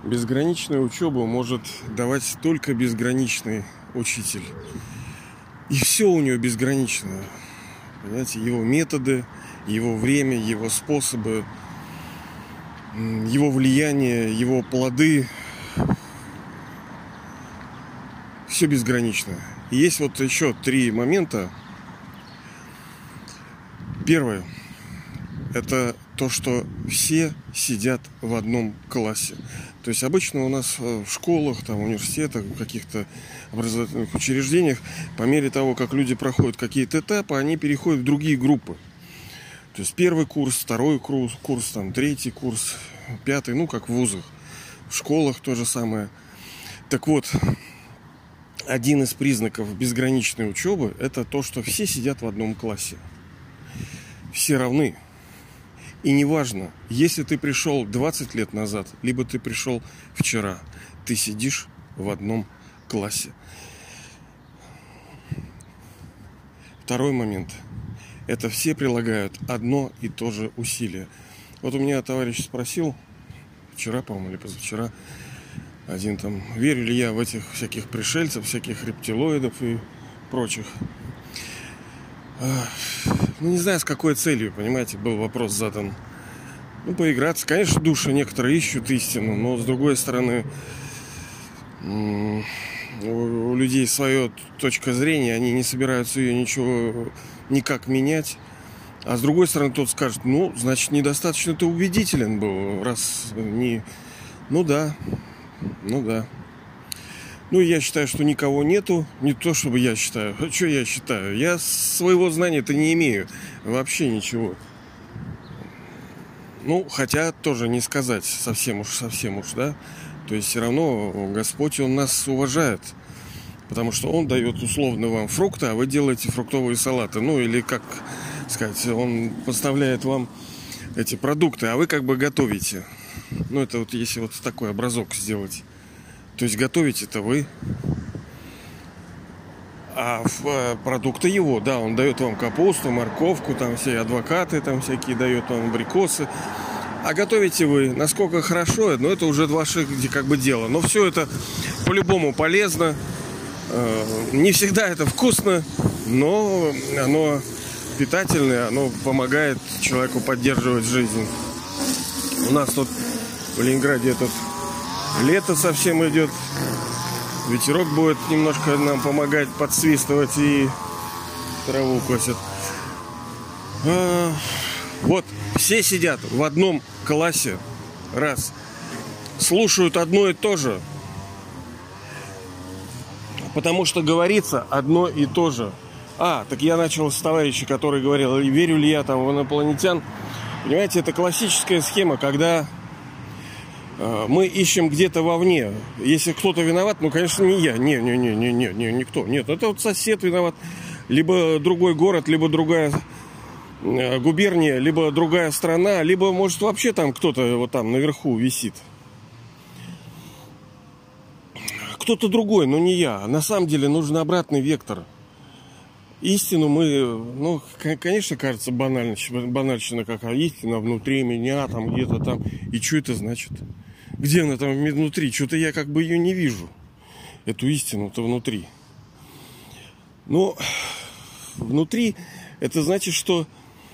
Безграничную учебу может давать только безграничный учитель. И все у него безграничное. Понимаете, его методы, его время, его способы, его влияние, его плоды. Все безгранично. И есть вот еще 3 момента. Первое. Это то, что все сидят в одном классе. То есть обычно у нас в школах, там, университетах, в каких-то образовательных учреждениях, по мере того, как люди проходят какие-то этапы, они переходят в другие группы. То есть 1-й курс, 2-й курс, там, 3-й курс, 5-й, ну, как в вузах. В школах то же самое. Так вот, один из признаков безграничной учебы – это то, что все сидят в одном классе. Все равны. И неважно, если ты пришел 20 лет назад, либо ты пришел вчера, ты сидишь в одном классе. Второй момент. Это все прилагают одно и то же усилие. Вот у меня товарищ спросил, вчера, по-моему, или позавчера, один там, верю ли я в этих всяких пришельцев, всяких рептилоидов и прочих. Ну, не знаю, с какой целью, понимаете, был вопрос задан. Ну, поиграться. Конечно, души некоторые ищут истину, но, с другой стороны, у людей своя точка зрения, они не собираются ее ничего никак менять. А с другой стороны, тот скажет, ну, значит, недостаточно ты убедителен был, раз не... Ну, да. Ну, я считаю, что никого нету. Не то, чтобы я считаю. Что я считаю? Я своего знания-то не имею. Вообще ничего. Ну, хотя тоже не сказать совсем уж, да. То есть все равно Господь, Он нас уважает. Потому что Он дает условно вам фрукты, а вы делаете фруктовые салаты. Ну, или, как сказать, Он поставляет вам эти продукты, а вы как бы готовите. Ну, это вот если вот такой образок сделать. То есть готовите-то вы, а продукты его, да, он дает вам капусту, морковку, там все адвокаты, там всякие дает вам абрикосы. А готовите вы, насколько хорошо, ну, это уже ваше как бы дело. Но все это по-любому полезно. Не всегда это вкусно, но оно питательное, оно помогает человеку поддерживать жизнь. У нас тут в Ленинграде этот... Лето совсем идет. Ветерок будет немножко нам помогать подсвистывать и траву косят. Вот, все сидят в одном классе. Раз. Слушают одно и то же. Потому что говорится одно и то же. Так я начал с товарища, который говорил, верю ли я там в инопланетян. Понимаете, это классическая схема, когда... мы ищем где-то вовне. Если кто-то виноват, ну, конечно, не я. Не, никто. Нет, это вот сосед виноват. Либо другой город, либо другая губерния, либо другая страна, либо, может, вообще там кто-то вот там наверху висит. Кто-то другой, но не я. На самом деле нужен обратный вектор. Истину мы, ну, конечно, кажется банальщина какая. Истина внутри меня, там где-то там. И что это значит? Где она там внутри? Что-то я как бы ее не вижу. Эту истину-то внутри. Но внутри это значит, что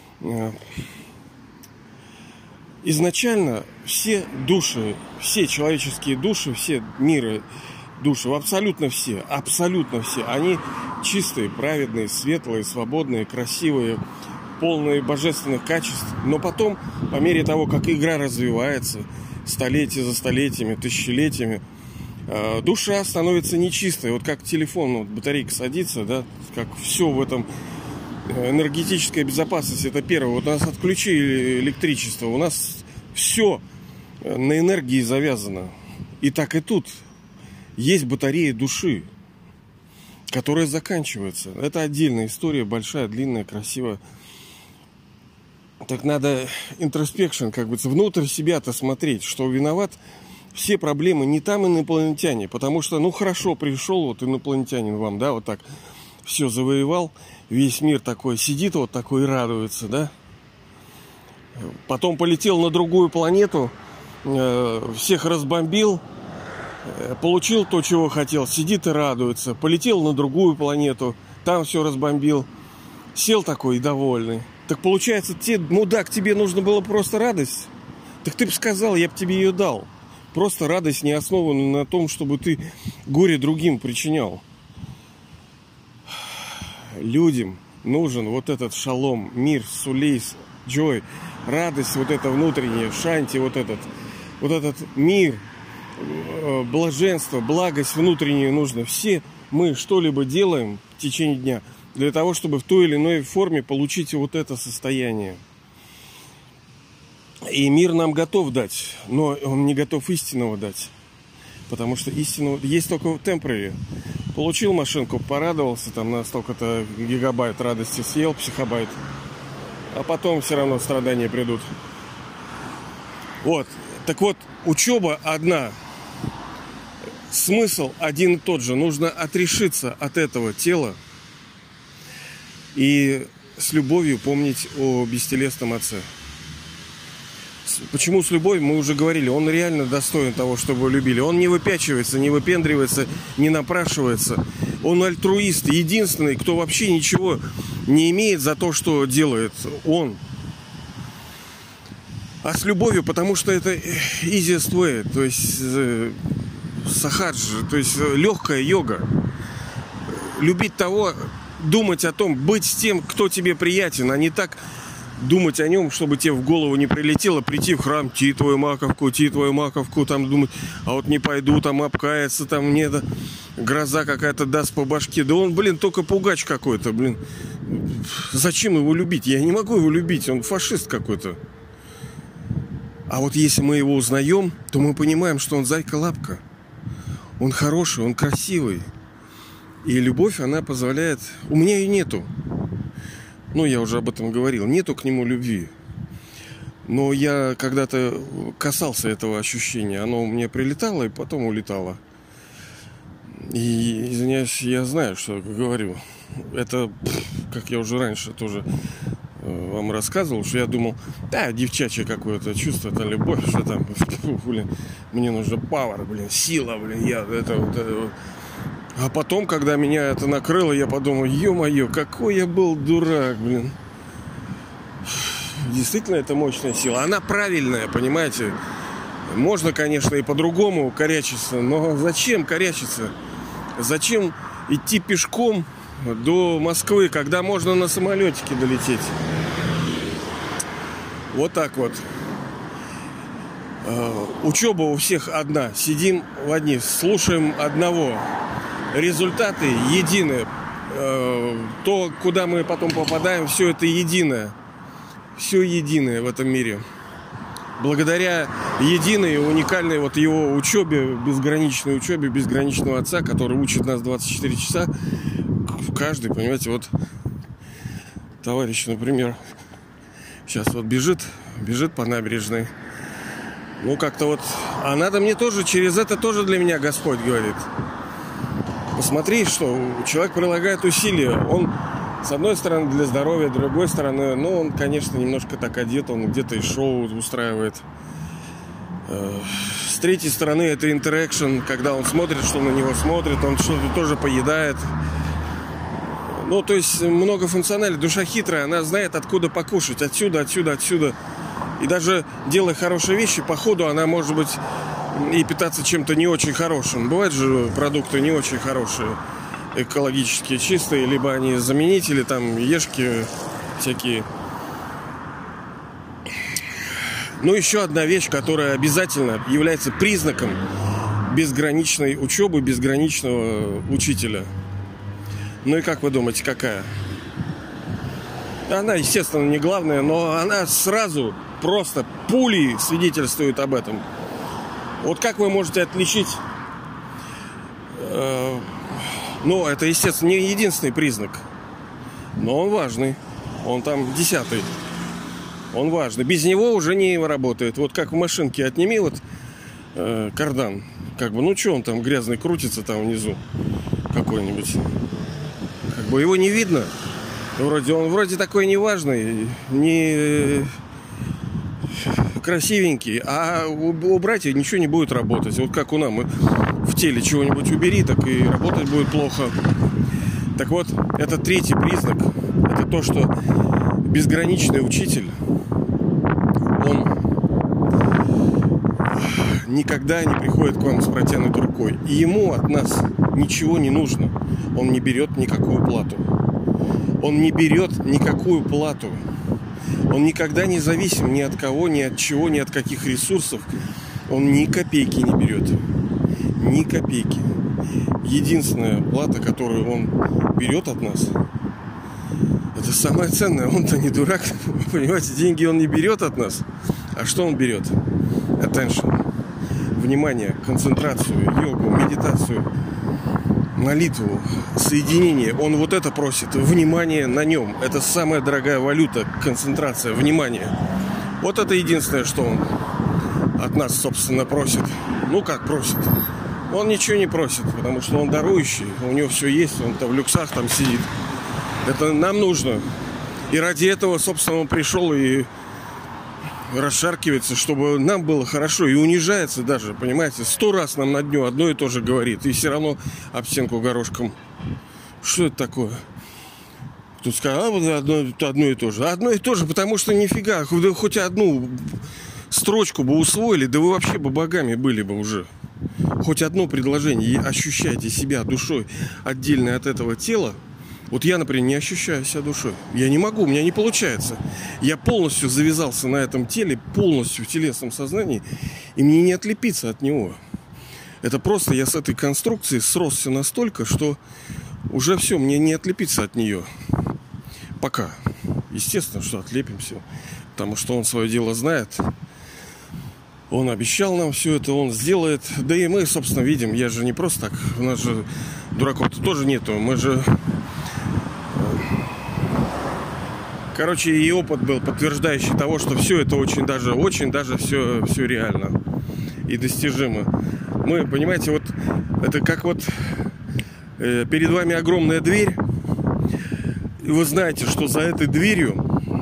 изначально все души, все человеческие души, все миры души, абсолютно все, они чистые, праведные, светлые, свободные, красивые, полные божественных качеств. Но потом, по мере того, как игра развивается, столетия за столетиями, тысячелетиями, душа становится нечистой. Вот как телефон, вот батарейка садится, да, как все в этом, энергетическая безопасность, это первое. Вот у нас отключили электричество, у нас все на энергии завязано. И так и тут есть батарея души, которая заканчивается. Это отдельная история, большая, длинная, красивая. Так надо интроспекшн, как бы, внутрь себя-то смотреть, что виноват. Все проблемы не там инопланетяне, потому что, ну, хорошо, пришел вот инопланетянин вам, да, вот так, все завоевал, весь мир такой сидит вот такой и радуется, да. Потом полетел на другую планету, всех разбомбил, получил то, чего хотел, сидит и радуется. Полетел на другую планету, там все разбомбил. Сел такой довольный. Так получается, мудак, тебе нужно было просто радость? Так ты бы сказал, я бы тебе ее дал. Просто радость, не основана на том, чтобы ты горе другим причинял. Людям нужен вот этот шалом, мир, сулейс, джой, радость вот эта внутренняя, шанти, вот этот мир, блаженство, благость внутреннюю нужно. Все мы что-либо делаем в течение дня для того, чтобы в той или иной форме получить вот это состояние. И мир нам готов дать, но он не готов истинного дать. Потому что истинного есть только в темпоре. Получил машинку, порадовался, там на столько-то гигабайт радости съел, психобайт. А потом все равно страдания придут. Вот. Так вот, учеба одна. Смысл один и тот же. Нужно отрешиться от этого тела и с любовью помнить о бестелесном Отце. Почему с любовью? Мы уже говорили, он реально достоин того, чтобы его любили. Он не выпячивается, не выпендривается, не напрашивается. Он альтруист, единственный, кто вообще ничего не имеет за то, что делает он. А с любовью, потому что это easiest way, то есть сахаджи, то есть легкая йога. Любить того, думать о том, быть с тем, кто тебе приятен, а не так думать о нем, чтобы тебе в голову не прилетело, прийти в храм, ти твою маковку, там думать, а вот не пойду, там обкаяться, там мне гроза какая-то даст по башке. Да он, только пугач какой-то, Зачем его любить? Я не могу его любить, он фашист какой-то. А вот если мы его узнаем, то мы понимаем, что он зайка-лапка. Он хороший, он красивый. И любовь, она позволяет... У меня ее нету. Я уже об этом говорил. Нету к нему любви. Но я когда-то касался этого ощущения. Оно у меня прилетало и потом улетало. И, извиняюсь, я знаю, что говорю. Это, как я уже раньше тоже вам рассказывал, что я думал, девчачье какое-то чувство, это любовь, что там, мне нужно пауэр, сила, А потом, когда меня это накрыло, я подумал, ё-моё, какой я был дурак, Действительно, это мощная сила. Она правильная, понимаете? Можно, конечно, и по-другому корячиться, но зачем корячиться? Зачем идти пешком до Москвы, когда можно на самолетике долететь? Вот так вот. Учеба у всех одна. Сидим в одни, слушаем одного. Результаты едины. То, куда мы потом попадаем, все это единое. Все единое в этом мире. Благодаря единой, уникальной его учебе, безграничной учебе, безграничного Отца, который учит нас 24 часа, каждый, понимаете, товарищ, например, сейчас бежит по набережной. Как-то а надо мне тоже, через это тоже для меня Господь говорит. Посмотри, что человек прилагает усилия. Он, с одной стороны, для здоровья, с другой стороны, он, конечно, немножко так одет, он где-то и шоу устраивает. С третьей стороны, это интеракшн, когда он смотрит, что на него смотрит, он что-то тоже поедает. То есть многофункциональная, душа хитрая, она знает, откуда покушать. Отсюда. И даже делая хорошие вещи, по ходу она может быть и питаться чем-то не очень хорошим. Бывают же продукты не очень хорошие, экологически чистые, либо они заменители, ешки всякие. Еще одна вещь, которая обязательно является признаком безграничной учебы, безграничного учителя. И как вы думаете, какая? Она, естественно, не главная, но она сразу просто пулей свидетельствует об этом. Как вы можете отличить? Это, естественно, не единственный признак, но он важный. Он там 10-й. Он важный. Без него уже не работает. Как в машинке отними кардан. Что он там грязный крутится там внизу какой-нибудь. Его не видно. Он вроде такой неважный, не красивенький, а у братьев ничего не будет работать. Вот как у нас, мы в теле чего-нибудь убери, так и работать будет плохо. Так вот, это третий признак. Это то, что безграничный учитель, он никогда не приходит к вам с протянутой рукой. И ему от нас ничего не нужно. Он не берет никакую плату. Он не берет никакую плату. Он никогда не зависим ни от кого, ни от чего, ни от каких ресурсов. Он ни копейки не берет. Ни копейки. Единственная плата, которую он берет от нас, это самое ценное. Он-то не дурак. Понимаете, деньги он не берет от нас. А что он берет? Attention. Внимание, концентрацию, йогу, медитацию, молитву, соединение. Он вот это просит. Внимание на нем. Это самая дорогая валюта. Концентрация, внимание. Вот это единственное, что он от нас, собственно, просит. Ну, как просит? Он ничего не просит, потому что он дарующий. У него все есть. Он-то в люксах там сидит. Это нам нужно. И ради этого, собственно, он пришел и расшаркивается, чтобы нам было хорошо. И унижается даже, понимаете. 100 раз нам на дню одно и то же говорит. И все равно об стенку горошком. Что это такое? Тут сказал, одно и то же. Одно и то же, потому что нифига. Да хоть одну строчку бы усвоили, да вы вообще бы богами были бы уже. Хоть одно предложение. И ощущайте себя душой отдельно от этого тела. Вот я, например, не ощущаю себя душой. Я не могу, у меня не получается. Я полностью завязался на этом теле, полностью в телесном сознании, и мне не отлепиться от него. Это просто я с этой конструкцией сросся настолько, что уже все, мне не отлепиться от нее. Пока. Естественно, что отлепимся, потому что он свое дело знает. Он обещал нам все это, он сделает. Да и мы, собственно, видим, я же не просто так. У нас же дураков-то тоже нету. Мы же... Короче, и опыт был подтверждающий того, что все это очень даже все реально и достижимо. Мы, понимаете, вот это как вот перед вами огромная дверь, и вы знаете, что за этой дверью,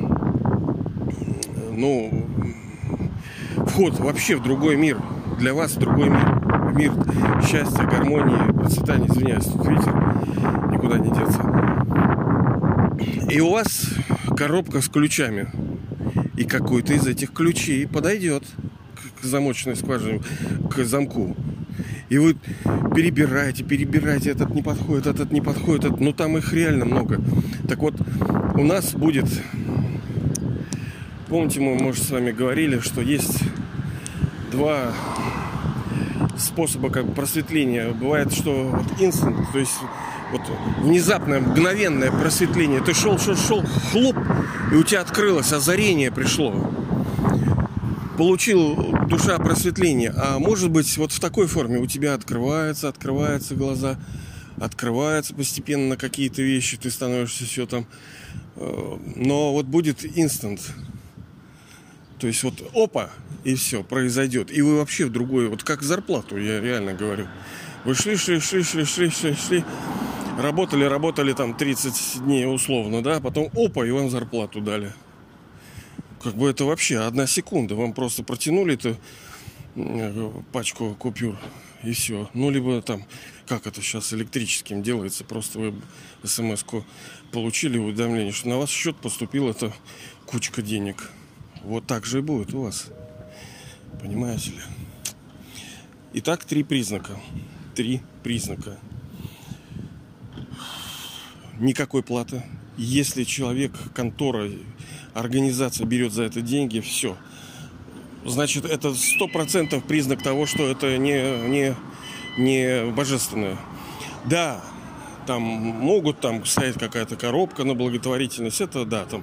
ну, вход вообще в другой мир, для вас в другой мир, мир счастья, гармонии, процветания. Извиняюсь, тут ветер, никуда не деться. И у вас коробка с ключами. И какой-то из этих ключей подойдет к замочной скважине, к замку. И вы перебираете, этот не подходит. Но там их реально много. Так вот, у нас будет... Помните, мы, может, с вами говорили, что есть два способа как бы просветления. Бывает, что вот инстант, то есть вот внезапное, мгновенное просветление. Ты шел, хлоп, и у тебя открылось, озарение пришло. Получил душа просветление. А может быть, вот в такой форме у тебя открываются глаза, открываются постепенно на какие-то вещи, ты становишься все там. Но вот будет инстант. То есть вот опа, и все, произойдет. И вы вообще в другой, вот как зарплату, я реально говорю. Вы шли. Работали там 30 дней условно, да, потом опа, и вам зарплату дали. Как бы это вообще 1 секунда. Вам просто протянули эту пачку купюр, и все. Ну, либо там, как это сейчас электрическим делается, просто вы смс-ку получили, уведомление, что на вас в счет поступила эта кучка денег. Вот так же и будет у вас. Понимаете ли? Итак, 3 признака. 3 признака. Никакой платы. Если человек, контора, организация берет за это деньги, все. Значит, это 100% признак того, что это не божественное. Да, там могут там стоять какая-то коробка на благотворительность. Это да, там...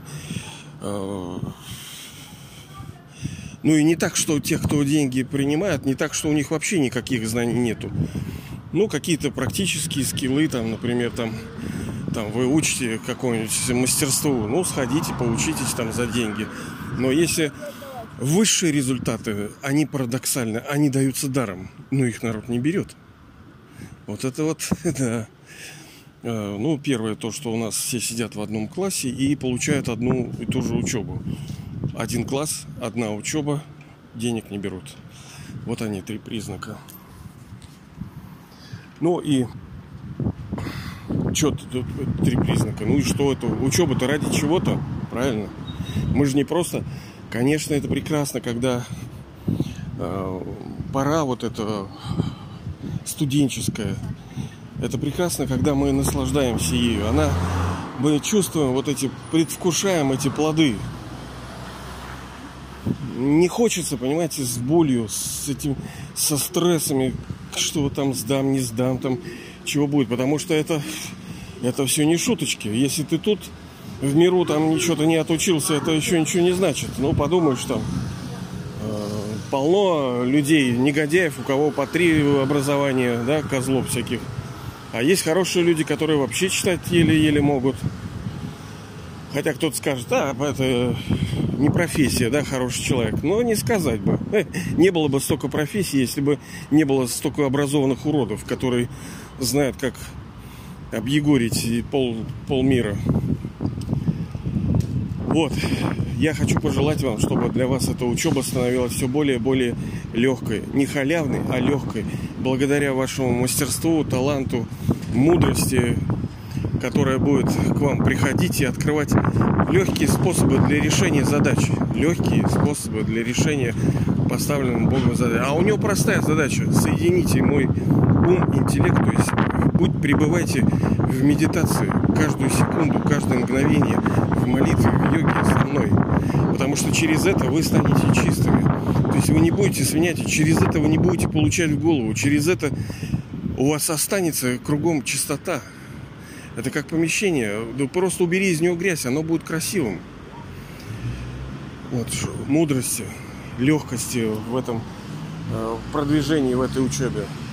Ну и не так, что тех, кто деньги принимает, не так, что у них вообще никаких знаний нету. Ну, какие-то практические скиллы, там, например, там вы учите какое-нибудь мастерство, ну, сходите, поучитесь там за деньги. Но если высшие результаты, они парадоксальны, они даются даром, но их народ не берет. Вот это вот, да. Ну, первое то, что у нас все сидят в одном классе и получают одну и ту же учебу. 1 класс, 1 учеба, денег не берут. Вот они, 3 признака. Ну и что тут 3 признака? Ну и что это? Учеба-то ради чего-то, правильно? Мы же не просто... Конечно, это прекрасно, когда пора вот эта студенческая. Это прекрасно, когда мы наслаждаемся ею. Мы чувствуем вот эти, предвкушаем эти плоды. Не хочется, понимаете, с болью, со стрессами, что вот там сдам, не сдам, там чего будет. Потому что это все не шуточки. Если ты тут в миру там ничего-то не отучился, это еще ничего не значит. Ну, подумаешь, там полно людей, негодяев, у кого по 3 образования, да, козлов всяких. А есть хорошие люди, которые вообще читать еле-еле могут. Хотя кто-то скажет, это не профессия, да, хороший человек. Но не сказать бы. Не было бы столько профессий, если бы не было столько образованных уродов, которые знают, как объегорить полмира. Вот. Я хочу пожелать вам, чтобы для вас эта учеба становилась все более и более легкой. Не халявной, а легкой. Благодаря вашему мастерству, таланту, мудрости, которая будет к вам приходить и открывать легкие способы для решения задачи. Легкие способы для решения поставленного Богом задачи. А у него простая задача. Соедините мой ум, интеллект, то есть пребывайте в медитации каждую секунду, каждое мгновение, в молитве, в йоге со мной. Потому что через это вы станете чистыми. То есть вы не будете свинять, через это вы не будете получать в голову. Через это у вас останется кругом чистота. Это как помещение. Просто убери из него грязь, оно будет красивым. Вот, мудрости, легкости в этом продвижении, в этой учебе.